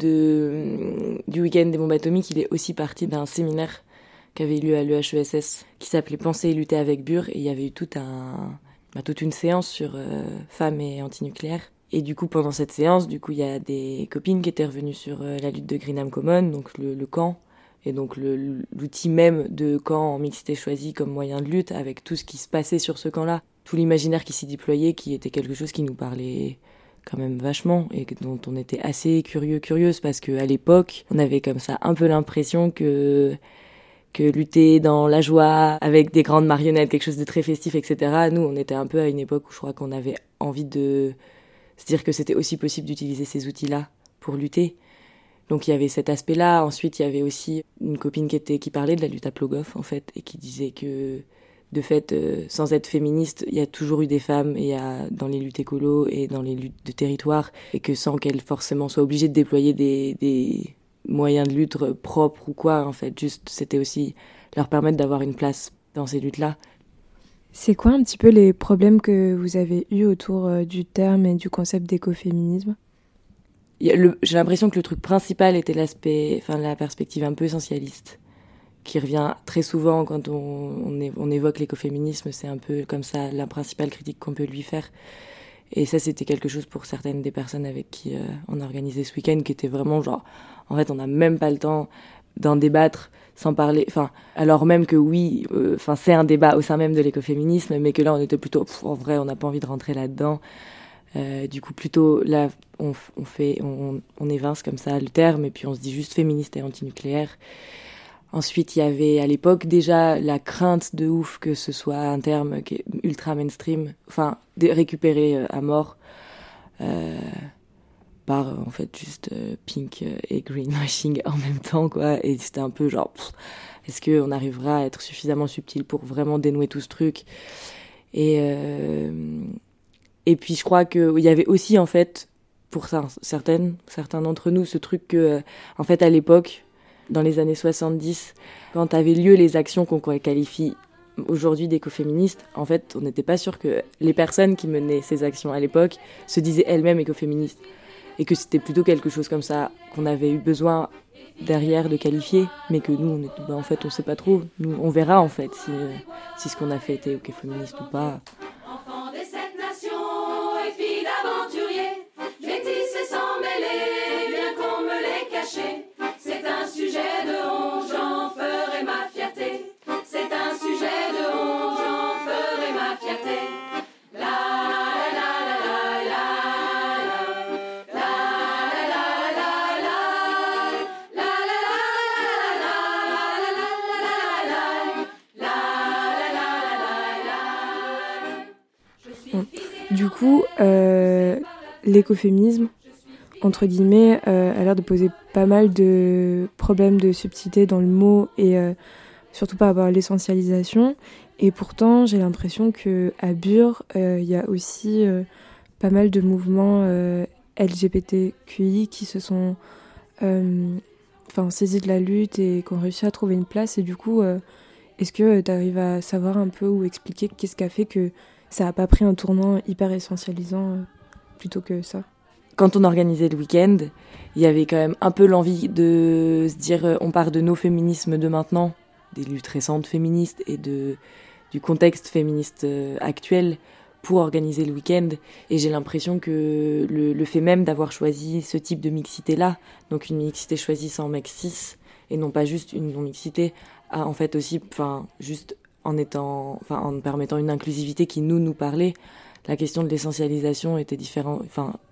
Speaker 16: du week-end des bombes atomiques, il est aussi parti d'un séminaire qui avait eu lieu à l'EHESS, qui s'appelait Penser et lutter avec Bure, et il y avait eu toute une séance sur femmes et antinucléaire. Et du coup, pendant cette séance, il y a des copines qui étaient revenues sur la lutte de Greenham Common, donc le camp, et donc l'outil même de camp en mixité choisie comme moyen de lutte, avec tout ce qui se passait sur ce camp-là, tout l'imaginaire qui s'y déployait, qui était quelque chose qui nous parlait quand même vachement, et dont on était assez curieuse, parce qu'à l'époque, on avait comme ça un peu l'impression que lutter dans la joie, avec des grandes marionnettes, quelque chose de très festif, etc. Nous, on était un peu à une époque où je crois qu'on avait envie de se dire que c'était aussi possible d'utiliser ces outils-là pour lutter. Donc il y avait cet aspect-là. Ensuite, il y avait aussi une copine qui parlait de la lutte à Plogoff, en fait, et qui disait que, de fait, sans être féministe, il y a toujours eu des femmes dans les luttes écolo et dans les luttes de territoire, et que sans qu'elles forcément soient obligées de déployer des moyens de lutte propres ou quoi, en fait, juste c'était aussi leur permettre d'avoir une place dans ces luttes-là.
Speaker 7: C'est quoi un petit peu les problèmes que vous avez eus autour du terme et du concept d'écoféminisme ?
Speaker 16: J'ai l'impression que le truc principal était la perspective un peu essentialiste, qui revient très souvent quand on évoque l'écoféminisme. C'est un peu comme ça la principale critique qu'on peut lui faire. Et ça, c'était quelque chose pour certaines des personnes avec qui on a organisé ce week-end, qui était vraiment genre, en fait, on n'a même pas le temps d'en débattre sans parler, alors même que oui, c'est un débat au sein même de l'écoféminisme, mais que là, on était plutôt, en vrai, on n'a pas envie de rentrer là-dedans. Du coup, plutôt, là, on évince comme ça le terme, et puis on se dit juste féministe et antinucléaire. Ensuite, il y avait à l'époque déjà la crainte de ouf que ce soit un terme qui est ultra mainstream, récupéré à mort par en fait juste pink et greenwashing en même temps, quoi. Et c'était un peu genre, est-ce qu'on arrivera à être suffisamment subtil pour vraiment dénouer tout ce truc ? Et puis je crois qu'il y avait aussi en fait pour certains d'entre nous ce truc que en fait à l'époque, dans les années 70, quand avaient lieu les actions qu'on qualifie aujourd'hui d'écoféministes, en fait, on n'était pas sûr que les personnes qui menaient ces actions à l'époque se disaient elles-mêmes écoféministes. Et que c'était plutôt quelque chose comme ça qu'on avait eu besoin derrière de qualifier, mais que nous, en fait, on sait pas trop. Nous, on verra, en fait, si ce qu'on a fait était écoféministe ou pas. Enfant de cette nation,
Speaker 7: Du coup, l'écoféminisme, entre guillemets, a l'air de poser pas mal de problèmes de subtilité dans le mot et surtout par rapport à l'essentialisation. Et pourtant, j'ai l'impression qu'à Bure, il y a aussi pas mal de mouvements LGBTQI qui se sont saisis de la lutte et qui ont réussi à trouver une place. Et du coup, est-ce que tu arrives à savoir un peu ou expliquer qu'est-ce qui a fait que ça n'a pas pris un tournant hyper essentialisant plutôt que ça?
Speaker 16: Quand on organisait le week-end, il y avait quand même un peu l'envie de se dire on part de nos féminismes de maintenant, des luttes récentes féministes et du contexte féministe actuel pour organiser le week-end. Et j'ai l'impression que le fait même d'avoir choisi ce type de mixité-là, donc une mixité choisie sans mec cis, et non pas juste une non-mixité, a en fait aussi, juste en permettant une inclusivité qui nous parlait, la question de l'essentialisation était différente,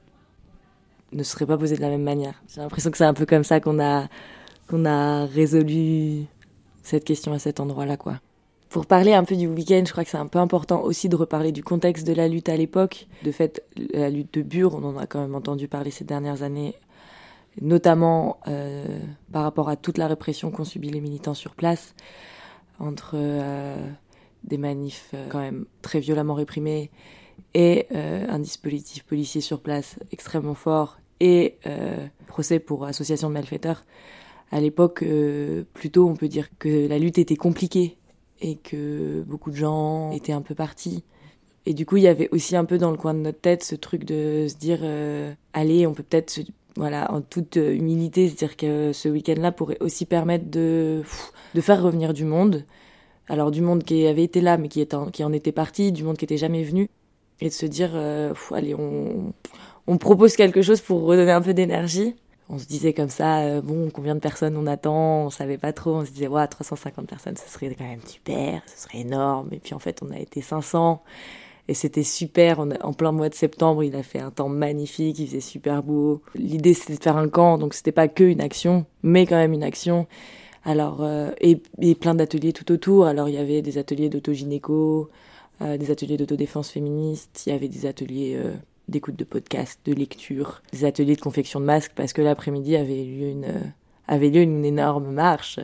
Speaker 16: ne serait pas posée de la même manière. J'ai l'impression que c'est un peu comme ça qu'on a résolu cette question à cet endroit-là, quoi. Pour parler un peu du week-end, je crois que c'est un peu important aussi de reparler du contexte de la lutte à l'époque. De fait, la lutte de Bure, on en a quand même entendu parler ces dernières années, notamment par rapport à toute la répression qu'ont subi les militants sur place, entre des manifs quand même très violemment réprimés et un dispositif policier sur place extrêmement fort et procès pour association de malfaiteurs. À l'époque, plutôt, on peut dire que la lutte était compliquée et que beaucoup de gens étaient un peu partis. Et du coup, il y avait aussi un peu dans le coin de notre tête ce truc de se dire allez, on peut peut-être, en toute humilité, se dire que ce week-end-là pourrait aussi permettre de faire revenir du monde. Alors du monde qui avait été là, mais qui en était parti, du monde qui était jamais venu. Et de se dire, allez, on propose quelque chose pour redonner un peu d'énergie. On se disait comme ça, combien de personnes on attend, on savait pas trop, on se disait, 350 personnes, ce serait quand même super, ce serait énorme. Et puis en fait, on a été 500, et c'était super, en plein mois de septembre, il a fait un temps magnifique, il faisait super beau. L'idée, c'était de faire un camp, donc c'était pas que une action, mais quand même une action. Alors, et plein d'ateliers tout autour. Alors, il y avait des ateliers d'autogynéco, des ateliers d'autodéfense féministe, il y avait des ateliers d'écoute de podcasts, de lecture, des ateliers de confection de masques, parce que l'après-midi avait lieu une énorme marche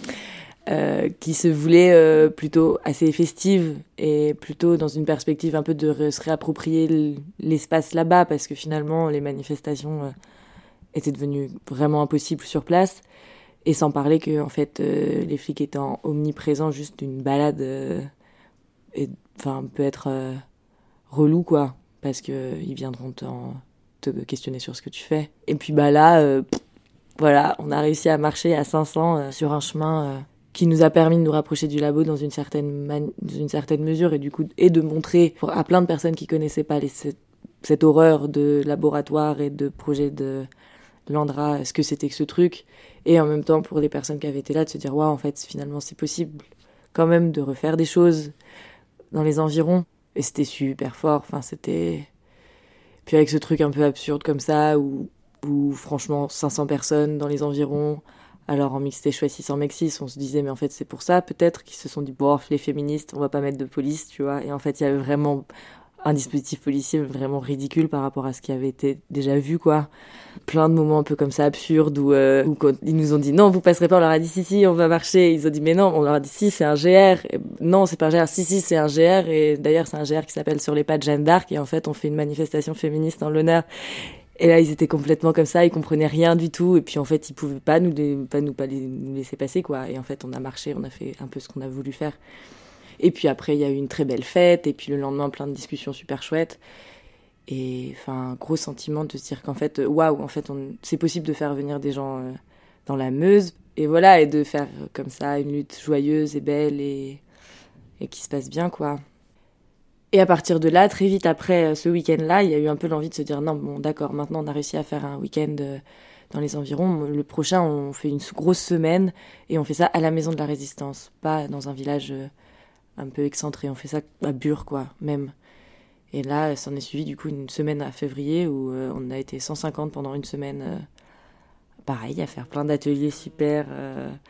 Speaker 16: qui se voulait plutôt assez festive et plutôt dans une perspective un peu de se réapproprier l'espace là-bas, parce que finalement les manifestations étaient devenues vraiment impossibles sur place, et sans parler que en fait les flics étant omniprésents, juste une balade peut être relou, quoi, parce qu'ils viendront te questionner sur ce que tu fais. Et puis là, on a réussi à marcher à 500 sur un chemin qui nous a permis de nous rapprocher du labo dans une certaine mesure, et du coup, et de montrer à plein de personnes qui connaissaient pas cette horreur de laboratoire et de projet de l'Andra, ce que c'était que ce truc, et en même temps pour les personnes qui avaient été là, de se dire en fait finalement c'est possible quand même de refaire des choses dans les environs. Et c'était super fort, puis avec ce truc un peu absurde comme ça, où franchement 500 personnes dans les environs, alors en mixité choisie sans mec cis, on se disait mais en fait c'est pour ça peut-être qu'ils se sont dit les féministes, on va pas mettre de police, tu vois. Et en fait il y avait vraiment un dispositif policier vraiment ridicule par rapport à ce qui avait été déjà vu, quoi. Plein de moments un peu comme ça absurdes où quand ils nous ont dit non, vous passerez pas, on leur a dit si, on va marcher. Ils ont dit mais non, on leur a dit si, c'est un GR. Et, non, c'est pas un GR, si, c'est un GR. Et d'ailleurs, c'est un GR qui s'appelle Sur les pas de Jeanne d'Arc. Et en fait, on fait une manifestation féministe en l'honneur. Et là, ils étaient complètement comme ça, ils comprenaient rien du tout. Et puis en fait, ils pouvaient pas nous laisser passer, quoi. Et en fait, on a marché, on a fait un peu ce qu'on a voulu faire. Et puis après, il y a eu une très belle fête, et puis le lendemain, plein de discussions super chouettes. Et gros sentiment de se dire qu'en fait, c'est possible de faire venir des gens dans la Meuse. Et voilà, et de faire comme ça une lutte joyeuse et belle et qui se passe bien, quoi. Et à partir de là, très vite après ce week-end-là, il y a eu un peu l'envie de se dire non, bon, d'accord, maintenant on a réussi à faire un week-end dans les environs. Le prochain, on fait une grosse semaine, et on fait ça à la Maison de la Résistance, pas dans un village un peu excentré. On fait ça à Bure, quoi, même. Et là, s'en est suivi du coup une semaine à février où on a été 150 pendant une semaine, pareil, à faire plein d'ateliers super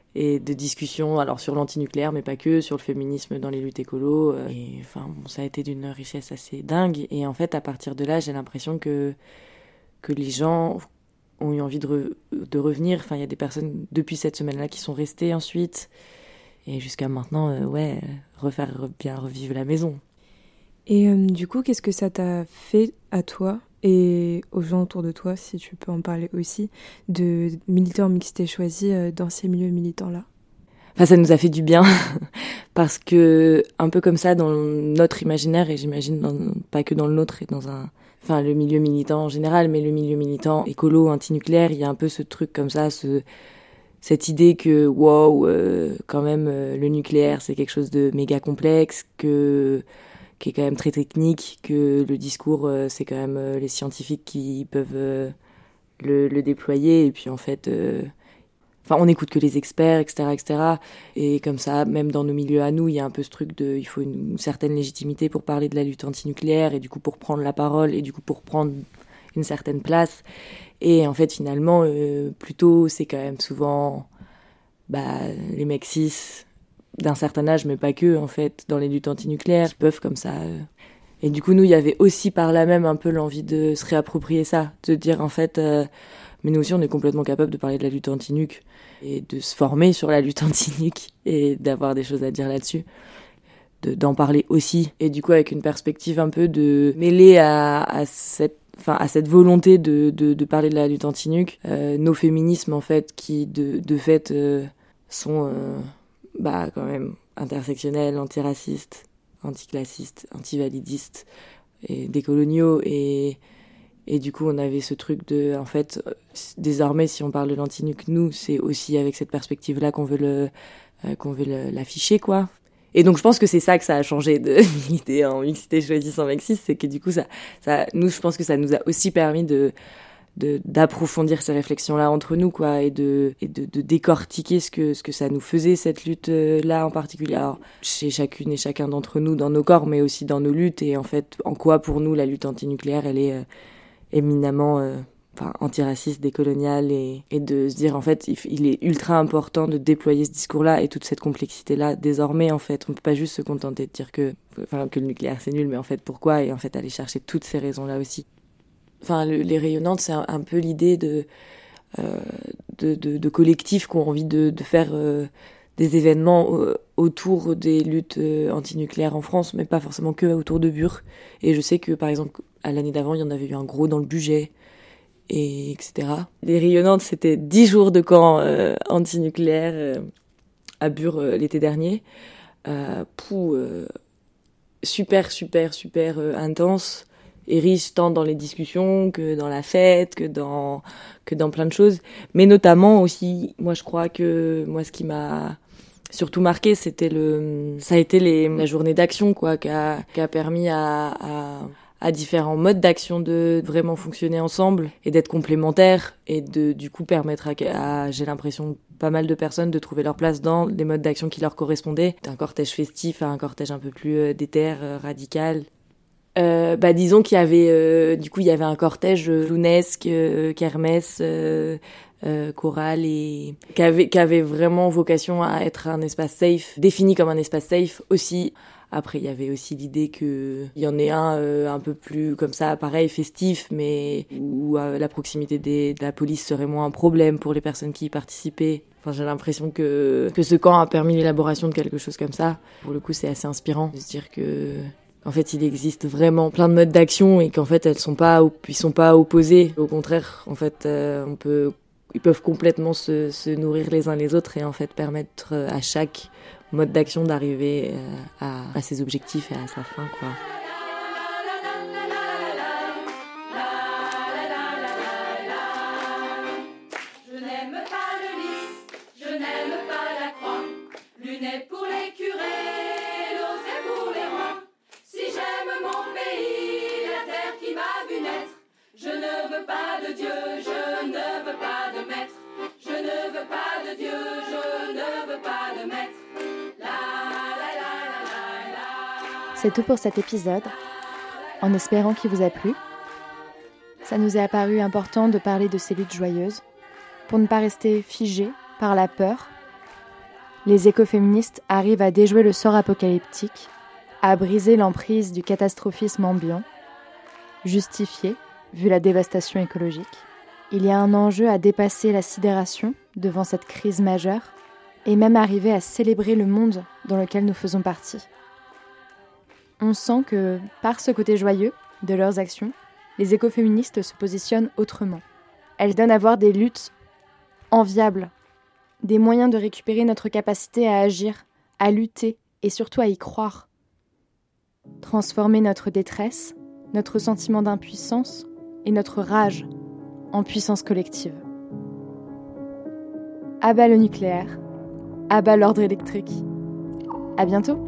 Speaker 16: et de discussions, alors sur l'antinucléaire, mais pas que, sur le féminisme dans les luttes écolo. Et enfin, bon, ça a été d'une richesse assez dingue. Et en fait, à partir de là, j'ai l'impression que les gens ont eu envie de revenir. Enfin, il y a des personnes depuis cette semaine-là qui sont restées ensuite. Et jusqu'à maintenant, bien revivre la maison.
Speaker 7: Et du coup, qu'est-ce que ça t'a fait à toi et aux gens autour de toi, si tu peux en parler aussi, de militer en mixité choisie dans ces milieux militants-là?
Speaker 16: Enfin, ça nous a fait du bien, parce que, un peu comme ça, dans notre imaginaire, et j'imagine pas que dans le nôtre, et enfin, le milieu militant en général, mais le milieu militant écolo, antinucléaire, il y a un peu ce truc comme ça, cette idée que, quand même, le nucléaire, c'est quelque chose de méga complexe, qui est quand même très technique, que le discours, c'est quand même les scientifiques qui peuvent le déployer, et puis en fait, on n'écoute que les experts, etc., etc. Et comme ça, même dans nos milieux à nous, il y a un peu ce truc il faut une certaine légitimité pour parler de la lutte antinucléaire, et du coup pour prendre la parole, et du coup pour prendre une certaine place. Et en fait, finalement, plutôt, c'est quand même souvent les mecs cis d'un certain âge, mais pas que, en fait, dans les luttes antinucléaires, qui peuvent comme ça. Et du coup, nous, il y avait aussi par là même un peu l'envie de se réapproprier ça, de dire en fait, mais nous aussi, on est complètement capable de parler de la lutte anti-nuc et de se former sur la lutte anti-nuc et d'avoir des choses à dire là-dessus, d'en parler aussi. Et du coup, avec une perspective un peu de mêler à cette volonté de parler de la lutte anti-nuc, nos féminismes, en fait, qui de fait sont quand même intersectionnels, antiracistes, anticlassistes, antivalidistes et décoloniaux. Et du coup, on avait ce truc de, en fait, désormais, si on parle de l'anti-nuc, nous, c'est aussi avec cette perspective-là qu'on veut l'afficher, quoi. Et donc, je pense que c'est ça que ça a changé de militer en mixité choisie sans mec cis, c'est que du coup, nous, je pense que ça nous a aussi permis d'approfondir ces réflexions-là entre nous, quoi, et de décortiquer ce que ça nous faisait, cette lutte-là en particulier. Alors, chez chacune et chacun d'entre nous, dans nos corps, mais aussi dans nos luttes, et en fait, en quoi, pour nous, la lutte antinucléaire, elle est éminemment antiraciste, décoloniale, et de se dire, en fait, il est ultra important de déployer ce discours-là et toute cette complexité-là. Désormais, en fait, on peut pas juste se contenter de dire que le nucléaire, c'est nul, mais en fait, pourquoi? Et en fait, aller chercher toutes ces raisons-là aussi. Enfin, les rayonnantes, c'est un peu l'idée de collectifs qui ont envie de faire des événements autour des luttes antinucléaires en France, mais pas forcément que autour de Bure. Et je sais que, par exemple, à l'année d'avant, il y en avait eu un gros dans le budget, et etc. Les rayonnantes, c'était 10 jours de camp antinucléaire à Bure l'été dernier. Super intense et riche tant dans les discussions que dans la fête, que dans plein de choses. Mais notamment aussi, moi je crois que ce qui m'a surtout marqué, ça a été la journée d'action, quoi, qui a permis à différents modes d'action de vraiment fonctionner ensemble et d'être complémentaires, et de du coup permettre à j'ai l'impression, pas mal de personnes de trouver leur place dans des modes d'action qui leur correspondaient, d'un cortège festif à un cortège un peu plus déter, radical. Disons qu'il y avait il y avait un cortège clownesque, kermesse, chorale, et qui avait vraiment vocation à être un espace safe, défini comme un espace safe aussi. Après, il y avait aussi l'idée qu'il y en ait un peu plus comme ça, pareil, festif, mais où la proximité de la police serait moins un problème pour les personnes qui y participaient. Enfin, j'ai l'impression que ce camp a permis l'élaboration de quelque chose comme ça. Pour le coup, c'est assez inspirant de se dire que en fait, il existe vraiment plein de modes d'action, et qu'en fait, ils sont pas opposés. Au contraire, en fait, ils peuvent complètement se nourrir les uns les autres, et en fait permettre à chaque mode d'action d'arriver à ses objectifs et à sa fin, quoi.
Speaker 10: Je n'aime pas le lys, je n'aime pas la croix. Lunettes pour les curés, l'autre pour les rois. Si j'aime mon pays, la terre qui m'a vu naître, je ne veux pas de Dieu, je ne veux pas de maître. Je ne veux pas de Dieu, je ne veux pas de maître.
Speaker 17: C'est tout pour cet épisode, en espérant qu'il vous a plu. Ça nous est apparu important de parler de ces luttes joyeuses, pour ne pas rester figé par la peur, les écoféministes arrivent à déjouer le sort apocalyptique, à briser l'emprise du catastrophisme ambiant, justifié, vu la dévastation écologique. Il y a un enjeu à dépasser la sidération devant cette crise majeure et même arriver à célébrer le monde dans lequel nous faisons partie. On sent que, par ce côté joyeux de leurs actions, les écoféministes se positionnent autrement. Elles donnent à voir des luttes enviables, des moyens de récupérer notre capacité à agir, à lutter et surtout à y croire. Transformer notre détresse, notre sentiment d'impuissance et notre rage en puissance collective. À bas le nucléaire, à bas l'ordre électrique. À bientôt!